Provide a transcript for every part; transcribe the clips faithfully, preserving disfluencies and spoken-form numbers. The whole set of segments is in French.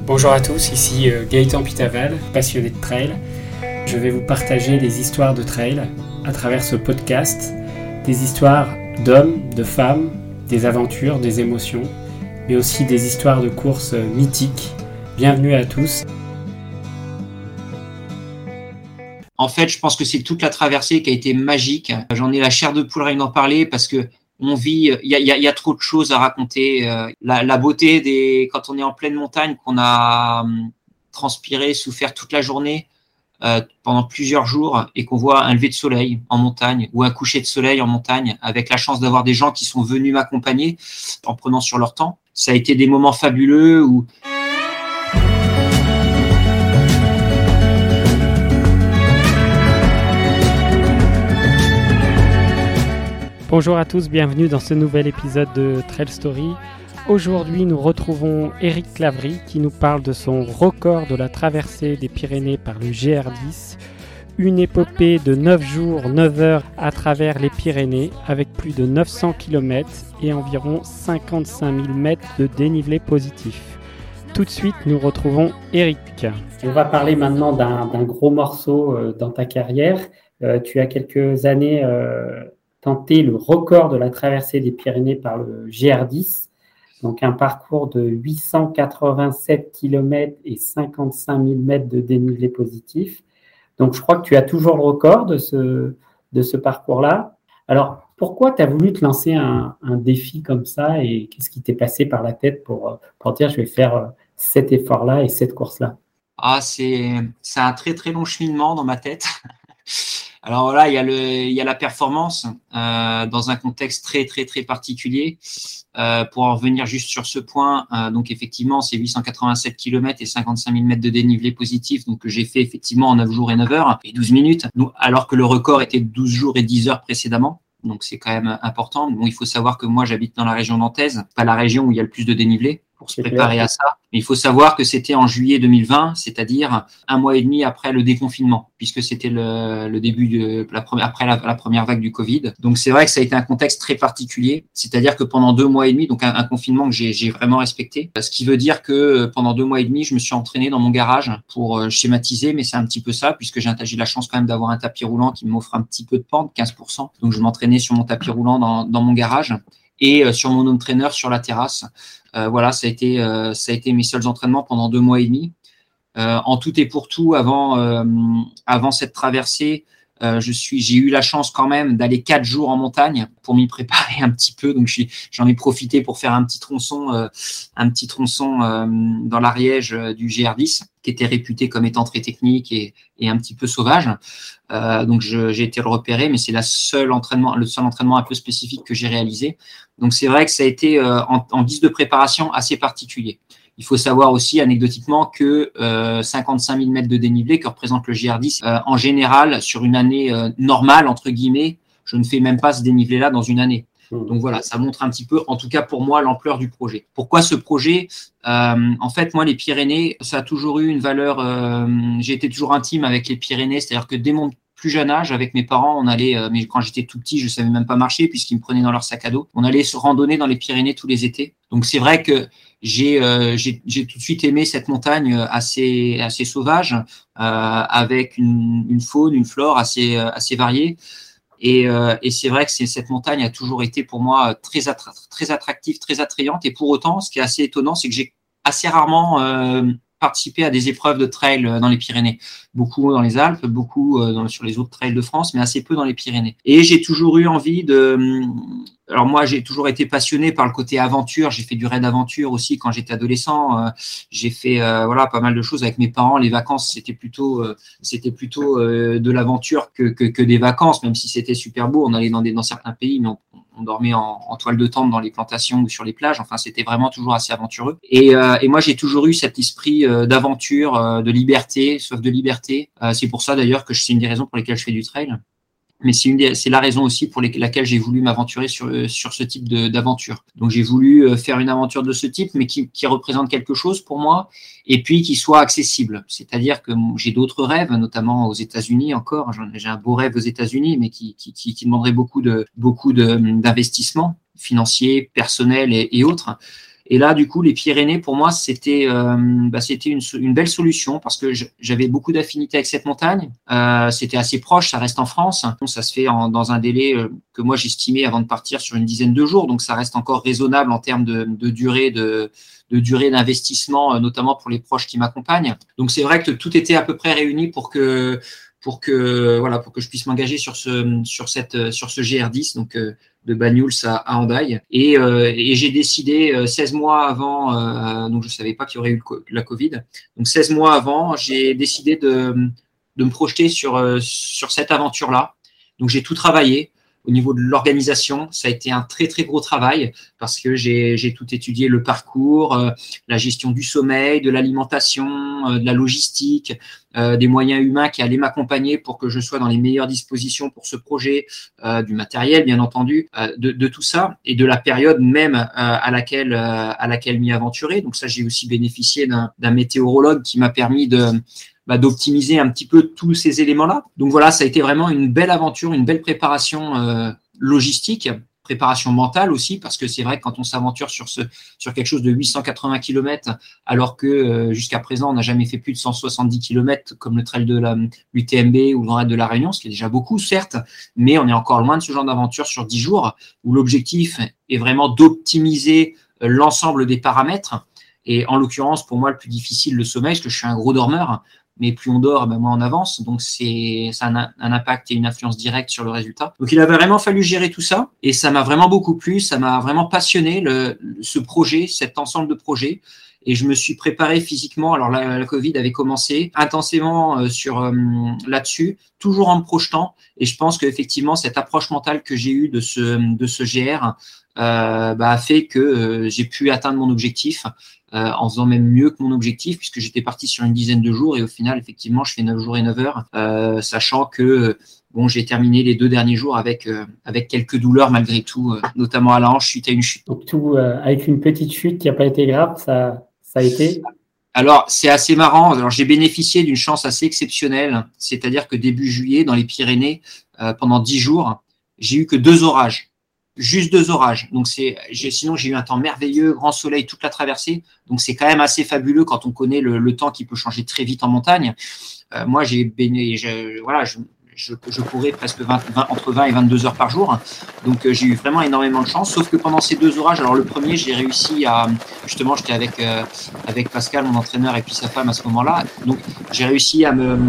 Bonjour à tous, ici euh, Gaëtan Pitaval, passionné de trail. Je vais vous partager des histoires de trail à travers ce podcast, des histoires d'hommes, de femmes, des aventures, des émotions, mais aussi des histoires de courses mythiques. Bienvenue à tous. En fait, je pense que c'est toute la traversée qui a été magique. J'en ai la chair de poule rien d'en parler parce que on vit, il y a, y, a, y a trop de choses à raconter. La, la beauté des, quand on est en pleine montagne, qu'on a transpiré, souffert toute la journée euh, pendant plusieurs jours et qu'on voit un lever de soleil en montagne ou un coucher de soleil en montagne, avec la chance d'avoir des gens qui sont venus m'accompagner en prenant sur leur temps. Ça a été des moments fabuleux où Bonjour à tous, bienvenue dans ce nouvel épisode de Trail Story. Aujourd'hui, nous retrouvons Éric Claverie qui nous parle de son record de la traversée des Pyrénées par le G R dix, une épopée de neuf jours, neuf heures à travers les Pyrénées avec plus de neuf cents kilomètres et environ cinquante-cinq mille mètres de dénivelé positif. Tout de suite, nous retrouvons Éric. On va parler maintenant d'un, d'un gros morceau euh, dans ta carrière. Euh, tu as quelques années euh, tenté le record de la traversée des Pyrénées par le G R dix, donc un parcours de huit cent quatre-vingt-sept kilomètres et cinquante-cinq mille mètres de dénivelé positif. Donc, je crois que tu as toujours le record de ce, de ce parcours-là. Alors, pourquoi tu as voulu te lancer un, un défi comme ça et qu'est-ce qui t'est passé par la tête pour, pour dire je vais faire cet effort-là et cette course-là? Ah, c'est, c'est un très, très long cheminement dans ma tête. Alors là, il y a le, il y a la performance euh, dans un contexte très très très particulier. Euh, pour en revenir juste sur ce point, euh, donc effectivement, c'est huit cent quatre-vingt-sept kilomètres et cinquante-cinq mille mètres de dénivelé positif, donc que j'ai fait effectivement en neuf jours et neuf heures et douze minutes, alors que le record était de douze jours et dix heures précédemment. Donc c'est quand même important. Bon, il faut savoir que moi j'habite dans la région nantaise, pas la région où il y a le plus de dénivelé, pour se préparer à ça. Mais il faut savoir que c'était en juillet deux mille vingt, c'est-à-dire un mois et demi après le déconfinement, puisque c'était le, le début de la première, après la, la première vague du Covid. Donc c'est vrai que ça a été un contexte très particulier, c'est-à-dire que pendant deux mois et demi, donc un, un confinement que j'ai, j'ai vraiment respecté, ce qui veut dire que pendant deux mois et demi, je me suis entraîné dans mon garage pour schématiser, mais c'est un petit peu ça, puisque j'ai, j'ai la chance quand même d'avoir un tapis roulant qui m'offre un petit peu de pente, quinze pour cent. Donc je m'entraînais sur mon tapis roulant dans, dans mon garage et euh, sur mon home trainer sur la terrasse. Euh, voilà, ça a été euh, ça a été mes seuls entraînements pendant deux mois et demi. Euh, en tout et pour tout, avant euh, avant cette traversée, euh, je suis j'ai eu la chance quand même d'aller quatre jours en montagne pour m'y préparer un petit peu. Donc je suis, j'en ai profité pour faire un petit tronçon euh, un petit tronçon euh, dans l'Ariège euh, du G R dix, qui était réputé comme étant très technique et, et un petit peu sauvage. Euh, donc je, j'ai été le repérer, mais c'est la seule entraînement, le seul entraînement un peu spécifique que j'ai réalisé. Donc c'est vrai que ça a été euh, en, en guise de préparation assez particulier. Il faut savoir aussi anecdotiquement que euh, cinquante-cinq mille mètres de dénivelé que représente le G R dix, euh, en général sur une année euh, normale entre guillemets, je ne fais même pas ce dénivelé-là dans une année. Donc voilà, ça montre un petit peu, en tout cas pour moi, l'ampleur du projet. Pourquoi ce projet ? euh, En fait, moi, les Pyrénées, ça a toujours eu une valeur. Euh, j'ai été toujours intime avec les Pyrénées, c'est-à-dire que dès mon plus jeune âge, avec mes parents, on allait. Euh, mais quand j'étais tout petit, je savais même pas marcher puisqu'ils me prenaient dans leur sac à dos. On allait se randonner dans les Pyrénées tous les étés. Donc c'est vrai que j'ai euh, j'ai, j'ai tout de suite aimé cette montagne assez assez sauvage, euh, avec une, une faune, une flore assez assez variée. Et, euh, et c'est vrai que c'est, cette montagne a toujours été pour moi très, attra- très attractive, très attrayante. Et pour autant, ce qui est assez étonnant, c'est que j'ai assez rarement euh, participé à des épreuves de trail dans les Pyrénées. Beaucoup dans les Alpes, beaucoup euh, dans, sur les autres trails de France, mais assez peu dans les Pyrénées. Et j'ai toujours eu envie de... Alors moi, j'ai toujours été passionné par le côté aventure. J'ai fait du raid aventure aussi quand j'étais adolescent. Euh, j'ai fait euh, voilà pas mal de choses avec mes parents. Les vacances, c'était plutôt euh, c'était plutôt euh, de l'aventure que, que que des vacances, même si c'était super beau. On allait dans des dans certains pays, mais on, on dormait en, en toile de tente dans les plantations ou sur les plages. Enfin, c'était vraiment toujours assez aventureux. Et euh, et moi, j'ai toujours eu cet esprit euh, d'aventure, euh, de liberté, soif de liberté. Euh, c'est pour ça d'ailleurs que c'est une des raisons pour lesquelles je fais du trail. Mais c'est, une des, c'est la raison aussi pour les, laquelle j'ai voulu m'aventurer sur, sur ce type de, d'aventure. Donc j'ai voulu faire une aventure de ce type, mais qui, qui représente quelque chose pour moi, et puis qui soit accessible. C'est-à-dire que j'ai d'autres rêves, notamment aux États-Unis encore. J'ai un beau rêve aux États-Unis, mais qui, qui, qui, qui demanderait beaucoup de beaucoup de, d'investissement financier, personnel et, et autres. Et là, du coup, les Pyrénées, pour moi, c'était euh, bah, c'était une, une belle solution parce que j'avais beaucoup d'affinités avec cette montagne. Euh, c'était assez proche, ça reste en France. Ça se fait en, dans un délai euh, que moi j'estimais avant de partir sur une dizaine de jours, donc ça reste encore raisonnable en termes de, de durée de, de durée d'investissement, euh, notamment pour les proches qui m'accompagnent. Donc c'est vrai que tout était à peu près réuni pour que pour que voilà pour que je puisse m'engager sur ce sur cette sur ce G R dix, donc euh, de Banyuls à, à Hendaye. Et, euh, et j'ai décidé euh, seize mois avant, euh, donc je savais pas qu'il y aurait eu le, la Covid. Donc seize mois avant, j'ai décidé de de me projeter sur euh, sur cette aventure-là. Donc j'ai tout travaillé. Au niveau de l'organisation, ça a été un très, très gros travail parce que j'ai, j'ai tout étudié, le parcours, euh, la gestion du sommeil, de l'alimentation, euh, de la logistique, euh, des moyens humains qui allaient m'accompagner pour que je sois dans les meilleures dispositions pour ce projet, euh, du matériel, bien entendu, euh, de, de tout ça et de la période même euh, à laquelle, euh, à laquelle m'y aventurer. Donc ça, j'ai aussi bénéficié d'un, d'un météorologue qui m'a permis de Bah, d'optimiser un petit peu tous ces éléments-là. Donc voilà, ça a été vraiment une belle aventure, une belle préparation euh, logistique, préparation mentale aussi, parce que c'est vrai que quand on s'aventure sur ce sur quelque chose de huit cent quatre-vingts kilomètres, alors que euh, jusqu'à présent on n'a jamais fait plus de cent soixante-dix kilomètres comme le trail de la l'U T M B ou le Grand Raid de la Réunion, ce qui est déjà beaucoup certes, mais on est encore loin de ce genre d'aventure sur dix jours où l'objectif est vraiment d'optimiser l'ensemble des paramètres. Et en l'occurrence, pour moi, le plus difficile, le sommeil, parce que je suis un gros dormeur. Mais plus on dort, ben moins on avance. Donc, c'est, ça a un, un impact et une influence directe sur le résultat. Donc, il avait vraiment fallu gérer tout ça. Et ça m'a vraiment beaucoup plu. Ça m'a vraiment passionné, le, ce projet, cet ensemble de projets. Et je me suis préparé physiquement. Alors, la, la Covid avait commencé intensément euh, sur euh, là-dessus, toujours en me projetant. Et je pense qu'effectivement, cette approche mentale que j'ai eue de ce, de ce G R euh, bah, a fait que euh, j'ai pu atteindre mon objectif. Euh, en faisant même mieux que mon objectif, puisque j'étais parti sur une dizaine de jours et au final, effectivement, je fais neuf jours et neuf heures, euh, sachant que bon, j'ai terminé les deux derniers jours avec euh, avec quelques douleurs malgré tout, euh, notamment à la hanche suite à une chute. Donc tout euh, avec une petite chute qui n'a pas été grave, ça ça a été. Alors, c'est assez marrant. Alors, j'ai bénéficié d'une chance assez exceptionnelle, c'est-à-dire que début juillet, dans les Pyrénées, euh, pendant dix jours, j'ai eu que deux orages. Juste deux orages. Donc c'est, j'ai, sinon j'ai eu un temps merveilleux, grand soleil toute la traversée. Donc c'est quand même assez fabuleux quand on connaît le, le temps qui peut changer très vite en montagne. Euh, moi j'ai baigné, je, voilà, je, je, je courais presque vingt, vingt, entre vingt et vingt-deux heures par jour. Donc euh, j'ai eu vraiment énormément de chance. Sauf que pendant ces deux orages, alors le premier j'ai réussi à, justement j'étais avec euh, avec Pascal, mon entraîneur, et puis sa femme à ce moment-là. Donc j'ai réussi à me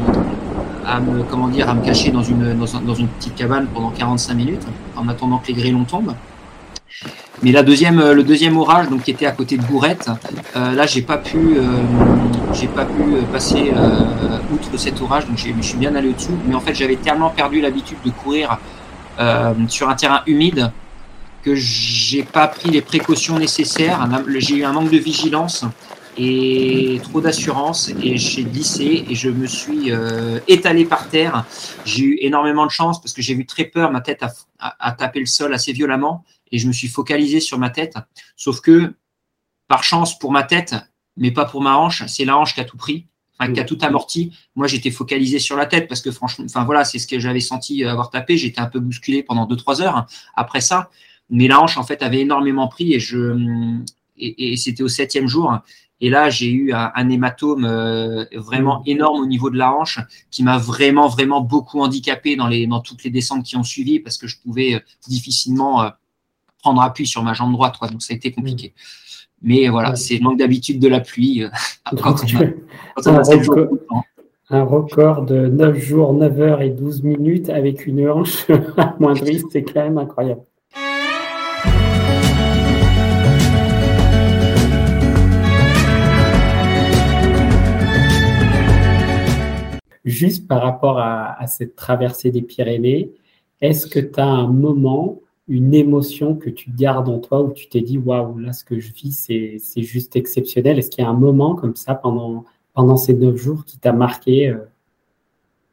à me, comment dire, à me cacher dans une, dans, un, dans une petite cabane pendant quarante-cinq minutes en attendant que les grêlons tombent. Mais la deuxième, le deuxième orage, donc qui était à côté de Gourette, euh, là j'ai pas pu, euh, j'ai pas pu passer euh, outre cet orage, donc j'ai, je suis bien allé au-dessous. Mais en fait, j'avais tellement perdu l'habitude de courir euh, sur un terrain humide que j'ai pas pris les précautions nécessaires. J'ai eu un manque de vigilance et trop d'assurance et j'ai glissé et je me suis euh, étalé par terre. J'ai eu énormément de chance parce que j'ai eu très peur, ma tête a, a, a tapé le sol assez violemment et je me suis focalisé sur ma tête. Sauf que par chance pour ma tête, mais pas pour ma hanche, c'est la hanche qui a tout pris, enfin, qui a tout amorti. Moi, j'étais focalisé sur la tête parce que franchement, enfin voilà, c'est ce que j'avais senti avoir tapé. J'étais un peu bousculé pendant deux trois heures après ça, mais la hanche en fait avait énormément pris et je et, et c'était au septième jour. Et là, j'ai eu un, un hématome euh, vraiment énorme au niveau de la hanche qui m'a vraiment, vraiment beaucoup handicapé dans, les, dans toutes les descentes qui ont suivi parce que je pouvais euh, difficilement euh, prendre appui sur ma jambe droite, quoi. Donc, ça a été compliqué. Mais voilà, ouais. C'est le manque d'habitude de la pluie. Euh, quand on a, quand on a un, record, un record de neuf jours, neuf heures et douze minutes avec une hanche amoindrie, c'est quand même incroyable. Juste par rapport à, à cette traversée des Pyrénées, est-ce que tu as un moment, une émotion que tu gardes en toi où tu t'es dit « Waouh, là, ce que je vis, c'est, c'est juste exceptionnel ». Est-ce qu'il y a un moment comme ça pendant, pendant ces neuf jours qui t'a marqué euh, particulièrement ?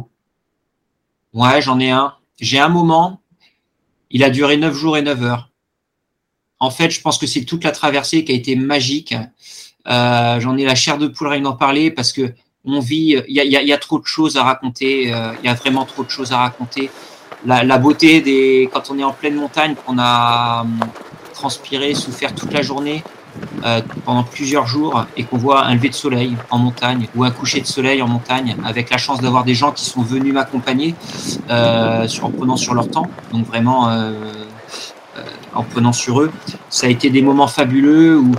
Ouais, j'en ai un. J'ai un moment, il a duré neuf jours et neuf heures. En fait, je pense que c'est toute la traversée qui a été magique. Euh, j'en ai la chair de poule rien d'en parler parce que on vit, il y a, y, a, y a trop de choses à raconter, il euh, y a vraiment trop de choses à raconter. La, la beauté des, quand on est en pleine montagne, qu'on a, transpiré, souffert toute la journée, euh, pendant plusieurs jours, et qu'on voit un lever de soleil en montagne ou un coucher de soleil en montagne, avec la chance d'avoir des gens qui sont venus m'accompagner euh, sur, en prenant sur leur temps, donc vraiment euh, euh, en prenant sur eux. Ça a été des moments fabuleux où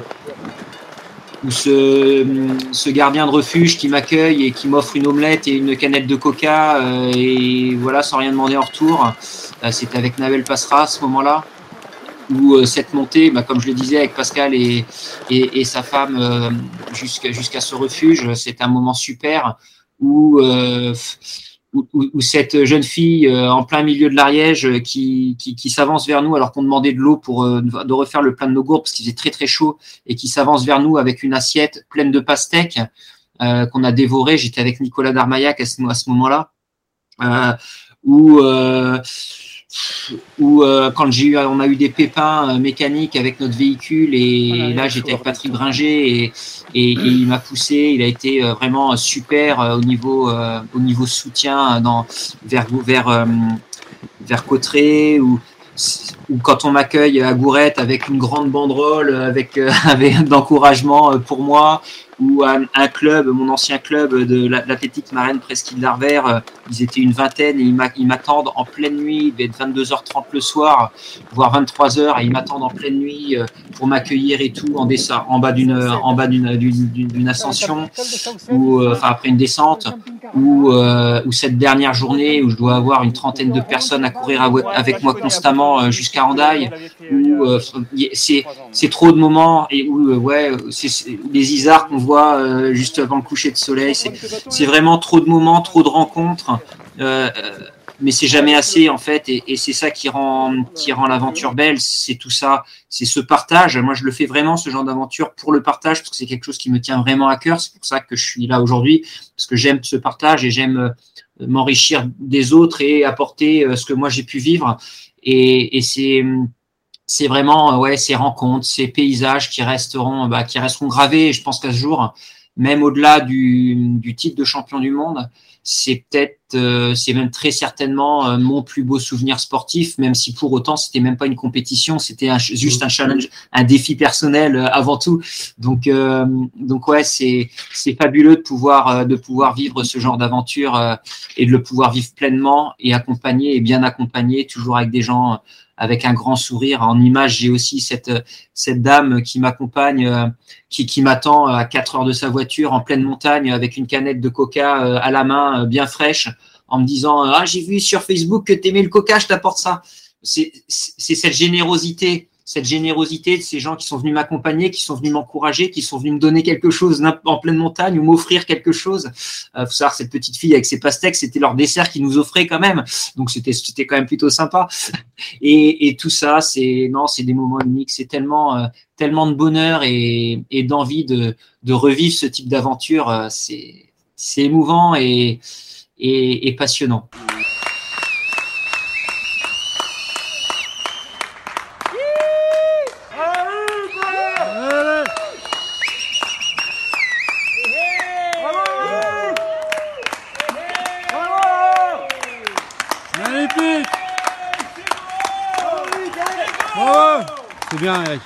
ou ce, ce gardien de refuge qui m'accueille et qui m'offre une omelette et une canette de coca euh, et voilà, sans rien demander en retour. Euh, c'était avec Navel Passera à ce moment-là, où euh, cette montée, bah, comme je le disais, avec Pascal et, et, et sa femme euh, jusqu'à, jusqu'à ce refuge, c'est un moment super où, euh, où, où cette jeune fille euh, en plein milieu de l'Ariège qui, qui, qui s'avance vers nous alors qu'on demandait de l'eau pour euh, de refaire le plein de nos gourdes parce qu'il faisait très très chaud, et qui s'avance vers nous avec une assiette pleine de pastèques euh, qu'on a dévoré. J'étais avec Nicolas Darmaillac à ce, à ce moment-là, euh, où euh, où euh, quand j'ai eu, on a eu des pépins euh, mécaniques avec notre véhicule, et, voilà, et là j'étais avec Patrick Bringer et, et, et il m'a poussé. Il a été euh, vraiment super euh, au niveau euh, au niveau soutien dans vers vers euh, vers Cauterets, ou ou quand on m'accueille à Gourette avec une grande banderole avec, euh, avec d'encouragement pour moi, ou un, un club, mon ancien club de l'Athlétique Marraine Presqu'île d'Arvert, ils étaient une vingtaine et ils m'attendent en pleine nuit, il devait être vingt-deux heures trente le soir, voire vingt-trois heures, et ils m'attendent en pleine nuit pour m'accueillir et tout, en, descend, en bas d'une en bas d'une, d'une, d'une ascension, ou euh, enfin après une descente, ou, euh, ou cette dernière journée où je dois avoir une trentaine de personnes à courir avec moi constamment euh, jusqu'à Hendaye, où euh, c'est, c'est trop de moments, et où euh, ouais, c'est, c'est les isards qu'on voit euh, juste avant le coucher de soleil, c'est, c'est vraiment trop de moments, trop de rencontres, euh, mais c'est jamais assez en fait, et, et c'est ça qui rend, qui rend l'aventure belle, c'est tout ça, c'est ce partage. Moi je le fais vraiment, ce genre d'aventure, pour le partage, parce que c'est quelque chose qui me tient vraiment à cœur, c'est pour ça que je suis là aujourd'hui, parce que j'aime ce partage et j'aime m'enrichir des autres et apporter ce que moi j'ai pu vivre, et, et c'est c'est vraiment ouais, ces rencontres, ces paysages qui resteront, bah, qui resteront gravés. Et je pense qu'à ce jour, même au-delà du, du titre de champion du monde, c'est peut-être, euh, c'est même très certainement euh, mon plus beau souvenir sportif, même si pour autant c'était même pas une compétition, c'était un, juste un challenge, un défi personnel euh, avant tout. Donc, euh, donc ouais, c'est c'est fabuleux de pouvoir euh, de pouvoir vivre ce genre d'aventure euh, et de le pouvoir vivre pleinement et accompagné et bien accompagné, toujours avec des gens. Euh, avec un grand sourire. En image, j'ai aussi cette cette dame qui m'accompagne, euh, qui qui m'attend à quatre heures de sa voiture en pleine montagne avec une canette de coca euh, à la main, euh, bien fraîche, en me disant ah j'ai vu sur Facebook que t'aimais le coca, je t'apporte ça. C'est c'est cette générosité, cette générosité de ces gens qui sont venus m'accompagner, qui sont venus m'encourager, qui sont venus me donner quelque chose en pleine montagne ou m'offrir quelque chose. Euh, faut savoir, cette petite fille avec ses pastèques, c'était leur dessert qu'ils nous offraient quand même. Donc c'était c'était quand même plutôt sympa. Et, et tout ça, c'est non, c'est des moments uniques. C'est tellement euh, tellement de bonheur et, et d'envie de de revivre ce type d'aventure. Euh, c'est c'est émouvant et et, et passionnant. C'est bien, Eric.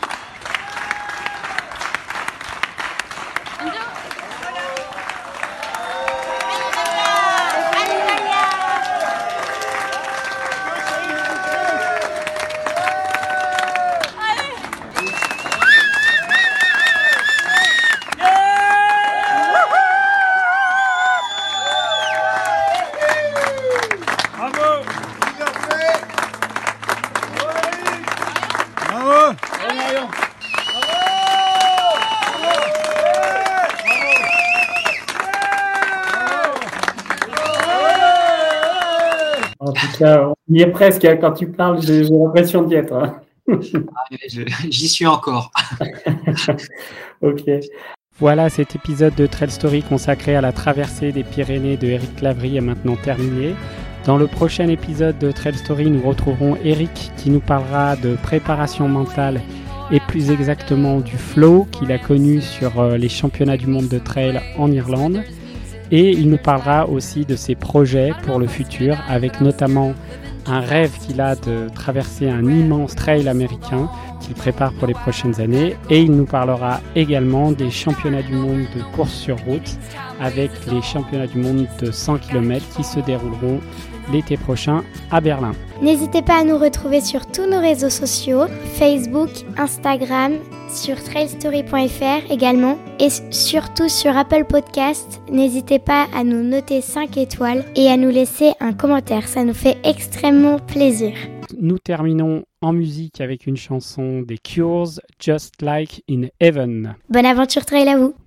En tout cas, on y est presque. Quand tu parles, j'ai, j'ai l'impression d'y être. Hein. Ah, je, j'y suis encore. Ok. Voilà, cet épisode de Trail Story consacré à la traversée des Pyrénées de Eric Clavry est maintenant terminé. Dans le prochain épisode de Trail Story, nous retrouverons Eric qui nous parlera de préparation mentale et plus exactement du flow qu'il a connu sur les championnats du monde de trail en Irlande. Et il nous parlera aussi de ses projets pour le futur, avec notamment un rêve qu'il a de traverser un immense trail américain qu'il qu'il prépare pour les prochaines années. Et il nous parlera également des championnats du monde de course sur route avec les championnats du monde de cent kilomètres qui se dérouleront l'été prochain à Berlin. N'hésitez pas à nous retrouver sur tous nos réseaux sociaux, Facebook, Instagram, sur trailstory point f r également et surtout sur Apple Podcast. N'hésitez pas à nous noter cinq étoiles et à nous laisser un commentaire, ça nous fait extrêmement plaisir. Nous terminons en musique avec une chanson des Cures, Just Like in Heaven. Bonne aventure trail à vous!